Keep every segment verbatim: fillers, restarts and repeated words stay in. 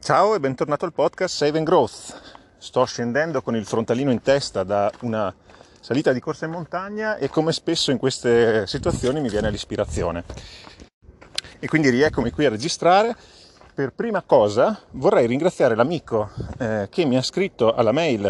Ciao e bentornato al podcast Save and Growth. Sto scendendo con il frontalino in testa da una salita di corsa in montagna e come spesso in queste situazioni mi viene l'ispirazione. E quindi rieccomi qui a registrare. Per prima cosa vorrei ringraziare l'amico eh, che mi ha scritto alla mail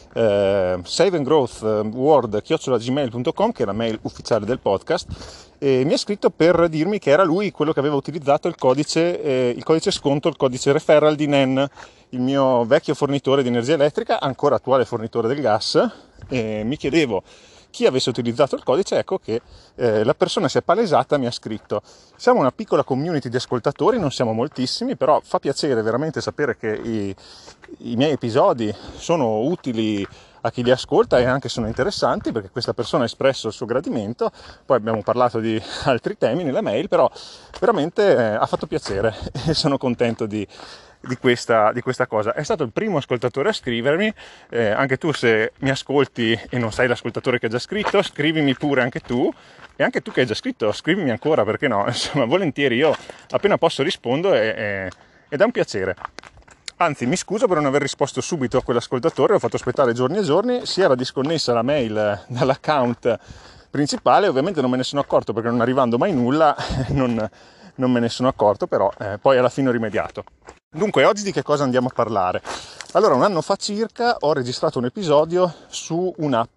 eh, save and growth world chiocciola gmail punto com, che è la mail ufficiale del podcast, e mi ha scritto per dirmi che era lui quello che aveva utilizzato il codice, eh, il codice sconto, il codice referral di N E N, il mio vecchio fornitore di energia elettrica, ancora attuale fornitore del gas, e mi chiedevo chi avesse utilizzato il codice. Ecco che eh, la persona si è palesata, mi ha scritto: siamo una piccola community di ascoltatori, non siamo moltissimi, però fa piacere veramente sapere che i, i miei episodi sono utili a chi li ascolta e anche sono interessanti, perché questa persona ha espresso il suo gradimento. Poi abbiamo parlato di altri temi nella mail, però veramente eh, ha fatto piacere e sono contento di Di questa, di questa cosa. È stato il primo ascoltatore a scrivermi. Eh, anche tu, se mi ascolti e non sei l'ascoltatore che ha già scritto, scrivimi pure anche tu, e anche tu che hai già scritto scrivimi ancora, perché no, insomma volentieri, io appena posso rispondo e, e, ed è un piacere. Anzi, mi scuso per non aver risposto subito a quell'ascoltatore, ho fatto aspettare giorni e giorni, si era disconnessa la mail dall'account principale, ovviamente non me ne sono accorto perché non arrivando mai nulla non, non me ne sono accorto, però eh, poi alla fine ho rimediato. Dunque, oggi di che cosa andiamo a parlare? Allora, un anno fa circa ho registrato un episodio su un'app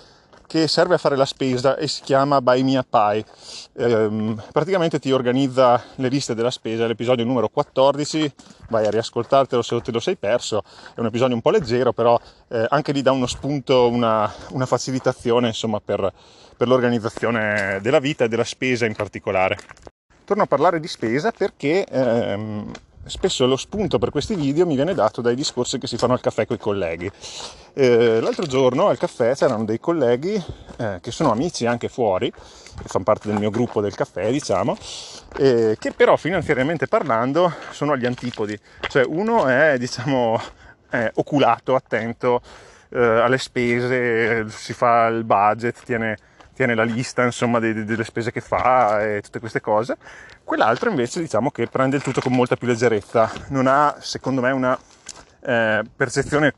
che serve a fare la spesa e si chiama Buy Me a Pie. Ehm, praticamente ti organizza le liste della spesa, l'episodio numero quattordici, vai a riascoltartelo se te lo sei perso, è un episodio un po' leggero, però eh, anche lì dà uno spunto, una, una facilitazione, insomma, per, per l'organizzazione della vita e della spesa in particolare. Torno a parlare di spesa perché ehm, spesso lo spunto per questi video mi viene dato dai discorsi che si fanno al caffè con i colleghi. Eh, l'altro giorno al caffè c'erano dei colleghi eh, che sono amici anche fuori, che fanno parte del mio gruppo del caffè, diciamo, eh, che però finanziariamente parlando sono agli antipodi. Cioè uno è, diciamo, è oculato, attento eh, alle spese, si fa il budget, tiene... tiene la lista, insomma, de- delle spese che fa e tutte queste cose. Quell'altro invece, diciamo, che prende il tutto con molta più leggerezza, non ha, secondo me, una eh, percezione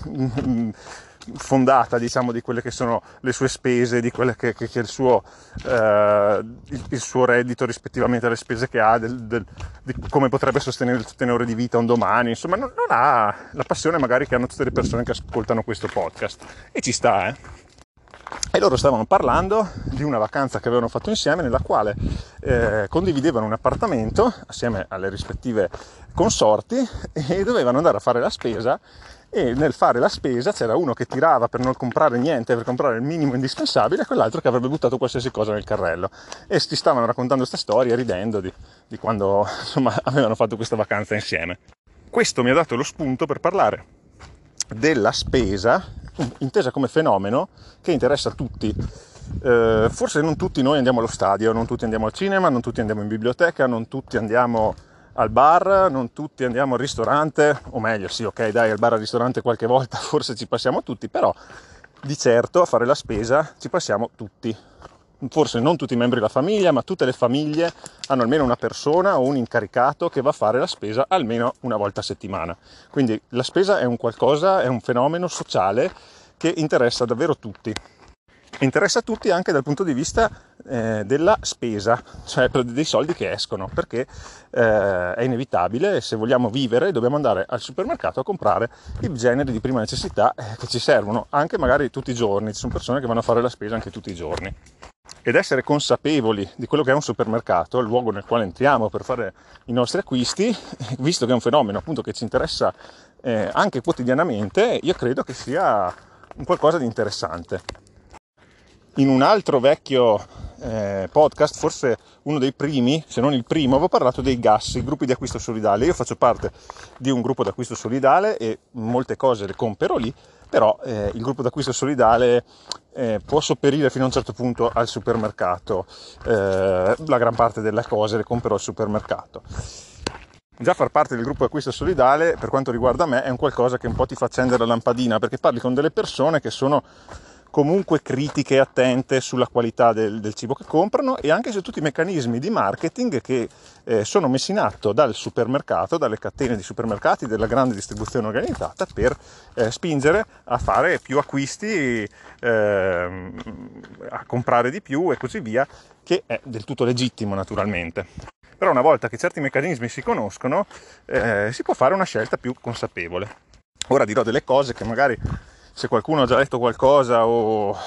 fondata, diciamo, di quelle che sono le sue spese, di quelle che, che, che è il suo, eh, il, il suo reddito rispettivamente alle spese che ha, del, del, di come potrebbe sostenere il tenore di vita un domani. Insomma, non, non ha la passione magari che hanno tutte le persone che ascoltano questo podcast, e ci sta, eh E loro stavano parlando di una vacanza che avevano fatto insieme, nella quale eh, condividevano un appartamento assieme alle rispettive consorti e dovevano andare a fare la spesa, e nel fare la spesa c'era uno che tirava per non comprare niente, per comprare il minimo indispensabile, e quell'altro che avrebbe buttato qualsiasi cosa nel carrello. E ti stavano raccontando questa storia ridendo di, di quando, insomma, avevano fatto questa vacanza insieme. Questo mi ha dato lo spunto per parlare della spesa intesa come fenomeno che interessa a tutti. Eh, forse non tutti noi andiamo allo stadio, non tutti andiamo al cinema, non tutti andiamo in biblioteca, non tutti andiamo al bar, non tutti andiamo al ristorante, o meglio, sì, ok, dai, al bar, al ristorante qualche volta forse ci passiamo tutti, però di certo a fare la spesa ci passiamo tutti. Forse non tutti i membri della famiglia, ma tutte le famiglie hanno almeno una persona o un incaricato che va a fare la spesa almeno una volta a settimana. Quindi la spesa è un qualcosa, è un fenomeno sociale che interessa davvero tutti. Interessa a tutti anche dal punto di vista eh, della spesa, cioè dei soldi che escono, perché eh, è inevitabile, se vogliamo vivere dobbiamo andare al supermercato a comprare i generi di prima necessità eh, che ci servono, anche magari tutti i giorni. Ci sono persone che vanno a fare la spesa anche tutti i giorni. Ed essere consapevoli di quello che è un supermercato, il luogo nel quale entriamo per fare i nostri acquisti, visto che è un fenomeno appunto che ci interessa eh, anche quotidianamente, io credo che sia un qualcosa di interessante. In un altro vecchio eh, podcast, forse uno dei primi, se non il primo, avevo parlato dei gas, i gruppi di acquisto solidale. Io faccio parte di un gruppo di acquisto solidale e molte cose le compro lì, però eh, il gruppo d'acquisto solidale eh, può sopperire fino a un certo punto al supermercato. Eh, la gran parte delle cose le compro al supermercato. Già far parte del gruppo d'acquisto solidale, per quanto riguarda me, è un qualcosa che un po' ti fa accendere la lampadina, perché parli con delle persone che sono comunque critiche attente sulla qualità del, del cibo che comprano e anche su tutti i meccanismi di marketing che eh, sono messi in atto dal supermercato, dalle catene di supermercati, della grande distribuzione organizzata per eh, spingere a fare più acquisti, eh, a comprare di più e così via, che è del tutto legittimo naturalmente. Però una volta che certi meccanismi si conoscono eh, si può fare una scelta più consapevole. Ora dirò delle cose che magari, se qualcuno ha già letto qualcosa o,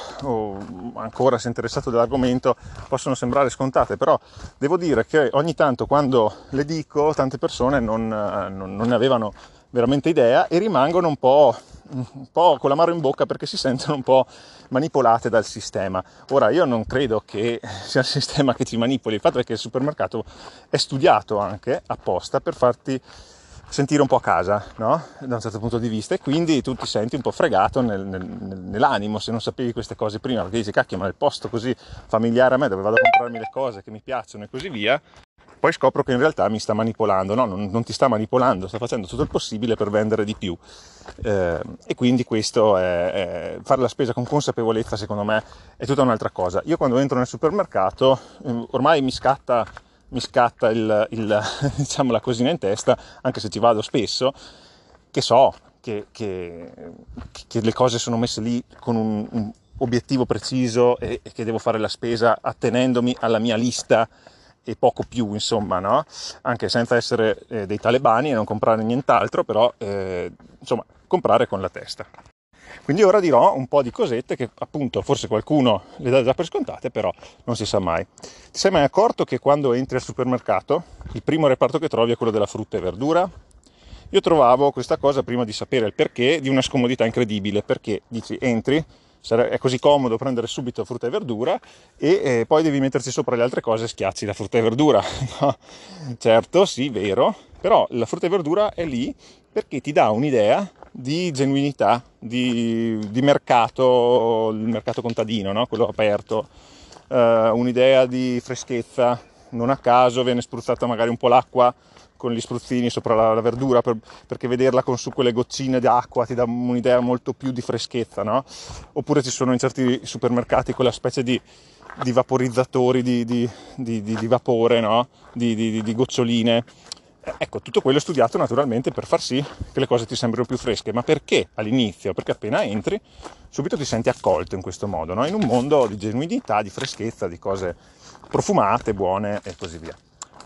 o ancora si è interessato dell'argomento, possono sembrare scontate, però devo dire che ogni tanto quando le dico tante persone non, non, non ne avevano veramente idea e rimangono un po', un po' con l'amaro in bocca perché si sentono un po' manipolate dal sistema. Ora, io non credo che sia il sistema che ci manipoli, il fatto è che il supermercato è studiato anche apposta per farti sentire un po' a casa, no? Da un certo punto di vista, e quindi tu ti senti un po' fregato nel, nel, nell'animo se non sapevi queste cose prima, perché dici cacchio, ma nel posto così familiare a me dove vado a comprarmi le cose che mi piacciono e così via, poi scopro che in realtà mi sta manipolando. No, non, non ti sta manipolando, sta facendo tutto il possibile per vendere di più, eh, e quindi questo è, è fare la spesa con consapevolezza, secondo me è tutta un'altra cosa. Io quando entro nel supermercato ormai mi scatta mi scatta il, il, diciamo, la cosina in testa, anche se ci vado spesso, che so che, che, che le cose sono messe lì con un, un obiettivo preciso e, e che devo fare la spesa attenendomi alla mia lista e poco più, insomma, no? Anche senza essere eh, dei talebani e non comprare nient'altro, però eh, insomma comprare con la testa. Quindi ora dirò un po' di cosette che appunto forse qualcuno le dà già per scontate, però non si sa mai. Ti sei mai accorto che quando entri al supermercato il primo reparto che trovi è quello della frutta e verdura? Io trovavo questa cosa, prima di sapere il perché, di una scomodità incredibile, perché dici entri, è così comodo prendere subito frutta e verdura e eh, poi devi metterci sopra le altre cose e schiacci la frutta e verdura. No? Certo, sì, vero, però la frutta e verdura è lì perché ti dà un'idea di genuinità, di, di mercato, il mercato contadino, no? Quello aperto, uh, un'idea di freschezza. Non a caso viene spruzzata magari un po' l'acqua con gli spruzzini sopra la, la verdura, per, perché vederla con su quelle goccine d'acqua ti dà un'idea molto più di freschezza, no? Oppure ci sono in certi supermercati quella specie di, di vaporizzatori di, di, di, di, di vapore, no? Di, di, di goccioline. Ecco, tutto quello è studiato naturalmente per far sì che le cose ti sembrino più fresche. Ma perché all'inizio? Perché appena entri subito ti senti accolto in questo modo, no? In un mondo di genuinità, di freschezza, di cose profumate, buone e così via.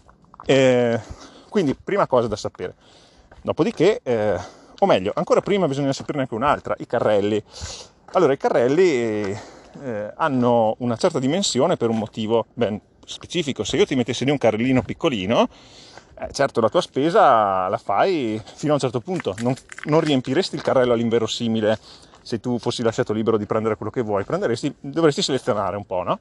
E quindi prima cosa da sapere. Dopodiché, eh, o meglio, ancora prima bisogna saperne anche un'altra, i carrelli. Allora, i carrelli eh, hanno una certa dimensione per un motivo ben specifico. Se io ti mettessi lì un carrellino piccolino, Eh, certo, la tua spesa la fai fino a un certo punto, non, non riempiresti il carrello all'inverosimile se tu fossi lasciato libero di prendere quello che vuoi, prenderesti, dovresti selezionare un po', no?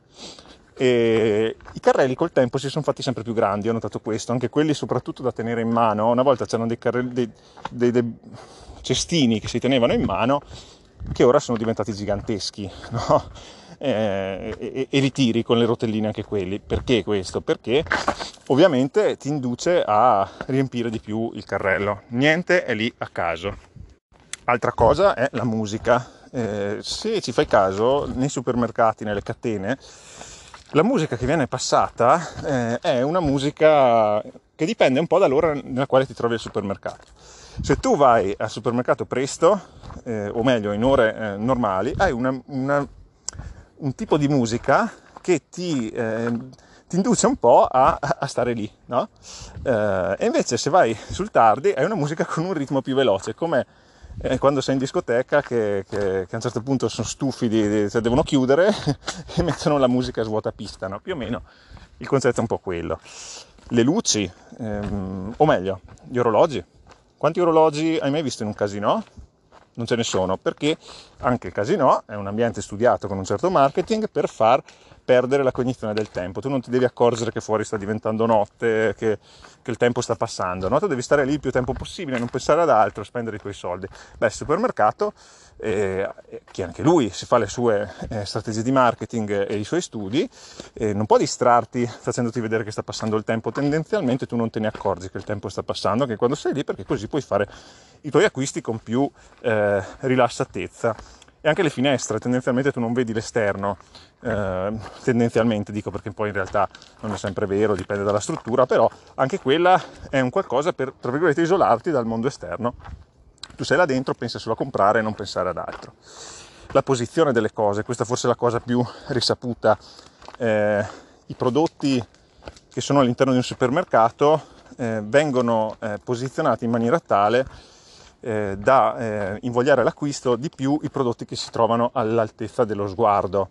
E i carrelli col tempo si sono fatti sempre più grandi, ho notato questo, anche quelli soprattutto da tenere in mano. Una volta c'erano dei, carrelli, dei, dei, dei cestini che si tenevano in mano, che ora sono diventati giganteschi, no? E, e, e li tiri con le rotelline anche quelli. Perché questo? Perché ovviamente ti induce a riempire di più il carrello. Niente è lì a caso. Altra cosa è la musica. Eh, se ci fai caso, nei supermercati, nelle catene, la musica che viene passata eh, è una musica che dipende un po' dall'ora nella quale ti trovi al supermercato. Se tu vai al supermercato presto, eh, o meglio in ore eh, normali, hai una, una, un tipo di musica che ti, eh, ti induce un po' a, a stare lì, no? Eh, e invece se vai sul tardi hai una musica con un ritmo più veloce, come eh, quando sei in discoteca che, che, che a un certo punto sono stufi, di, di, cioè devono chiudere e mettono la musica svuota pista, no? Più o meno il concetto è un po' quello. Le luci, ehm, o meglio, gli orologi. Quanti orologi hai mai visto in un casinò? Non ce ne sono, perché anche il casinò è un ambiente studiato con un certo marketing per far perdere la cognizione del tempo. Tu non ti devi accorgere che fuori sta diventando notte, che, che il tempo sta passando, no? Tu devi stare lì il più tempo possibile, non pensare ad altro, spendere i tuoi soldi. Beh, il supermercato, eh, che anche lui si fa le sue eh, strategie di marketing e i suoi studi, eh, non può distrarti facendoti vedere che sta passando il tempo. Tendenzialmente tu non te ne accorgi che il tempo sta passando anche quando sei lì, perché così puoi fare i tuoi acquisti con più eh, rilassatezza. E anche le finestre, tendenzialmente tu non vedi l'esterno, eh, tendenzialmente dico, perché poi in realtà non è sempre vero, dipende dalla struttura, però anche quella è un qualcosa per, tra virgolette, isolarti dal mondo esterno. Tu sei là dentro, pensa solo a comprare e non pensare ad altro. La posizione delle cose, questa forse è la cosa più risaputa, eh, i prodotti che sono all'interno di un supermercato eh, vengono eh, posizionati in maniera tale eh, da eh, invogliare l'acquisto di più i prodotti che si trovano all'altezza dello sguardo.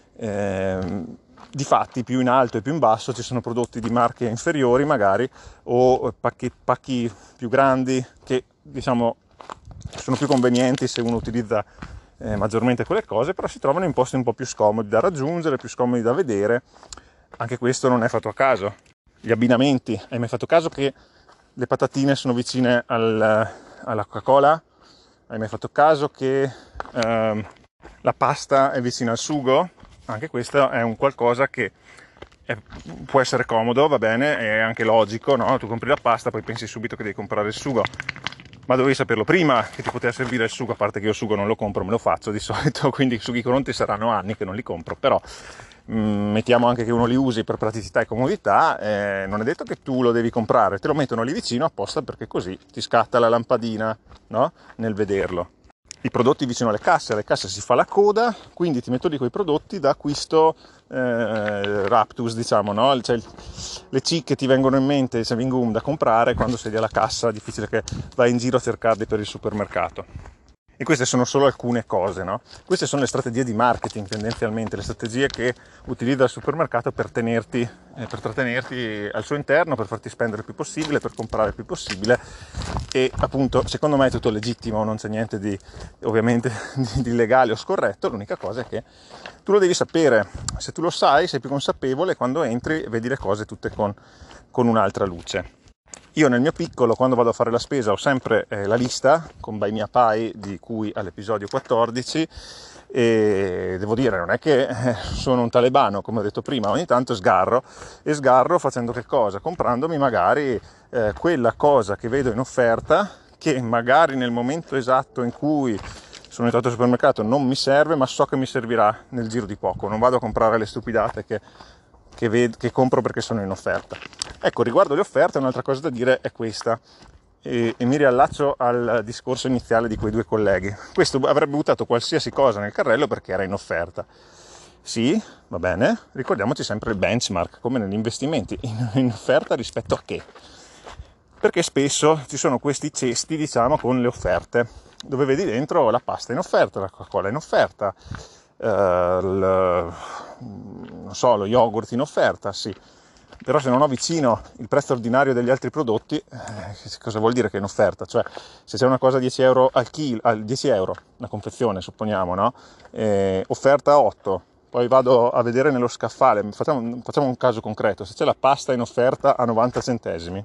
Eh, Difatti più in alto e più in basso ci sono prodotti di marche inferiori magari, o pacchi, pacchi più grandi che diciamo sono più convenienti se uno utilizza eh, maggiormente quelle cose, però si trovano in posti un po' più scomodi da raggiungere, più scomodi da vedere. Anche questo non è fatto a caso. Gli abbinamenti, hai mai fatto caso che le patatine sono vicine al, alla Coca-Cola? Hai mai fatto caso che ehm, la pasta è vicina al sugo? Anche questo è un qualcosa che è, può essere comodo, va bene, è anche logico, no? Tu compri la pasta, poi pensi subito che devi comprare il sugo, ma dovevi saperlo prima che ti poteva servire il sugo, a parte che io il sugo non lo compro, me lo faccio di solito, quindi i sughi Coronti saranno anni che non li compro, però mh, mettiamo anche che uno li usi per praticità e comodità, eh, non è detto che tu lo devi comprare, te lo mettono lì vicino apposta perché così ti scatta la lampadina, no? Nel vederlo. I prodotti vicino alle casse, alle casse si fa la coda, quindi ti metto lì quei prodotti da acquisto eh, raptus, diciamo, no? Cioè, le C che ti vengono in mente, il saving room da comprare quando sei alla cassa, difficile che vai in giro a cercarli per il supermercato. E queste sono solo alcune cose, no? Queste sono le strategie di marketing tendenzialmente, le strategie che utilizza il supermercato per tenerti, eh, per trattenerti al suo interno, per farti spendere il più possibile, per comprare il più possibile. E appunto secondo me è tutto legittimo, non c'è niente di ovviamente di, di illegale o scorretto, l'unica cosa è che tu lo devi sapere, se tu lo sai sei più consapevole, quando entri vedi le cose tutte con, con un'altra luce. Io nel mio piccolo, quando vado a fare la spesa, ho sempre eh, la lista con Buy Me a Pie, di cui all'episodio quattordici, e devo dire, non è che eh, sono un talebano, come ho detto prima, ogni tanto sgarro, e sgarro facendo che cosa? Comprandomi magari eh, quella cosa che vedo in offerta, che magari nel momento esatto in cui sono entrato al supermercato non mi serve, ma so che mi servirà nel giro di poco. Non vado a comprare le stupidate che, che, ved- che compro perché sono in offerta. Ecco, riguardo le offerte, un'altra cosa da dire è questa, e, e mi riallaccio al discorso iniziale di quei due colleghi. Questo avrebbe buttato qualsiasi cosa nel carrello perché era in offerta. Sì, va bene, ricordiamoci sempre il benchmark, come negli investimenti, in, in offerta rispetto a che? Perché spesso ci sono questi cesti, diciamo, con le offerte, dove vedi dentro la pasta in offerta, la Coca-Cola in offerta, eh, il, non so, lo yogurt in offerta, sì. Però se non ho vicino il prezzo ordinario degli altri prodotti, eh, cosa vuol dire che è in offerta? Cioè, se c'è una cosa a dieci euro al chilo, al dieci euro, una confezione, supponiamo, no? Eh, offerta a otto, poi vado a vedere nello scaffale, facciamo, facciamo un caso concreto, se c'è la pasta in offerta a novanta centesimi,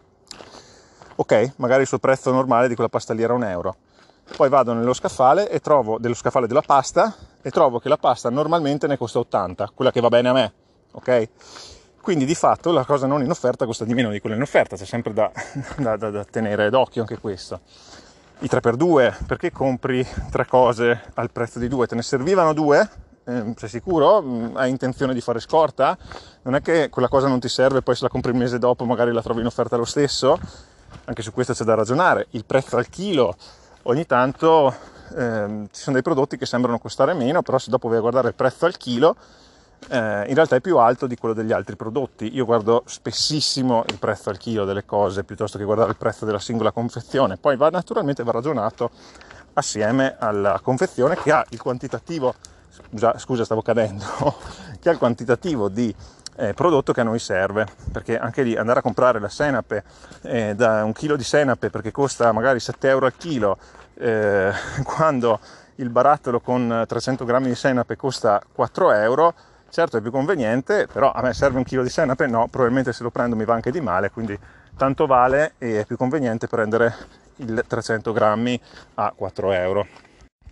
ok, magari il suo prezzo normale di quella pasta lì era un euro, poi vado nello scaffale e trovo, dello scaffale della pasta, e trovo che la pasta normalmente ne costa ottanta, quella che va bene a me, ok? Quindi di fatto la cosa non in offerta costa di meno di quella in offerta, c'è sempre da, da, da, da tenere d'occhio anche questo. I tre per due, perché compri tre cose al prezzo di due? Te ne servivano due? Eh, sei sicuro? Hai intenzione di fare scorta? Non è che quella cosa non ti serve, poi se la compri il mese dopo magari la trovi in offerta lo stesso? Anche su questo c'è da ragionare. Il prezzo al chilo, ogni tanto eh, ci sono dei prodotti che sembrano costare meno, però se dopo vai a guardare il prezzo al chilo, Eh, in realtà è più alto di quello degli altri prodotti. Io guardo spessissimo il prezzo al chilo delle cose piuttosto che guardare il prezzo della singola confezione, poi va naturalmente va ragionato assieme alla confezione che ha il quantitativo, scusa, scusa stavo cadendo che ha il quantitativo di eh, prodotto che a noi serve, perché anche lì andare a comprare la senape, eh, da un chilo di senape perché costa magari sette euro al chilo, eh, quando il barattolo con trecento grammi di senape costa quattro euro, certo è più conveniente, però a me serve un chilo di senape? No, probabilmente se lo prendo mi va anche di male, quindi tanto vale e è più conveniente prendere il trecento grammi a quattro euro.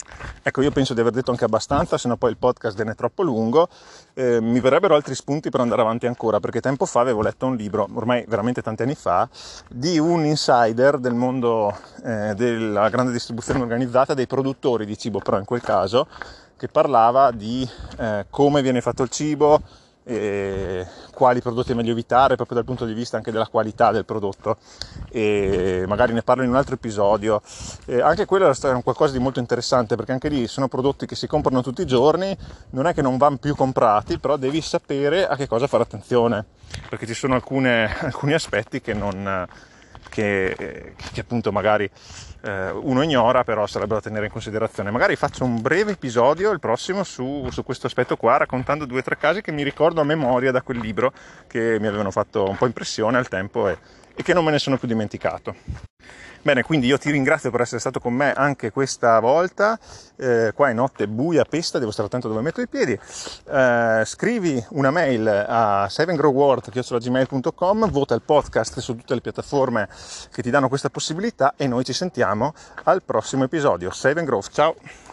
Ecco, io penso di aver detto anche abbastanza, se no poi il podcast viene troppo lungo. Eh, mi verrebbero altri spunti per andare avanti ancora, perché tempo fa avevo letto un libro, ormai veramente tanti anni fa, di un insider del mondo eh, della grande distribuzione organizzata, dei produttori di cibo, però in quel caso, che parlava di eh, come viene fatto il cibo, e quali prodotti è meglio evitare proprio dal punto di vista anche della qualità del prodotto, e magari ne parlo in un altro episodio. E anche quello è un qualcosa di molto interessante, perché anche lì sono prodotti che si comprano tutti i giorni, non è che non vanno più comprati, però devi sapere a che cosa fare attenzione, perché ci sono alcune, alcuni aspetti che non che, che appunto magari eh, uno ignora, però sarebbero da tenere in considerazione. Magari faccio un breve episodio, il prossimo, su, su questo aspetto qua, raccontando due o tre casi che mi ricordo a memoria da quel libro, che mi avevano fatto un po' impressione al tempo e, e che non me ne sono più dimenticato. Bene, quindi io ti ringrazio per essere stato con me anche questa volta. Eh, qua è notte buia, pesta, devo stare attento dove metto i piedi. Eh, scrivi una mail a save and grow world chiocciola gmail punto com, vota il podcast su tutte le piattaforme che ti danno questa possibilità e noi ci sentiamo al prossimo episodio. Save and Grow, ciao!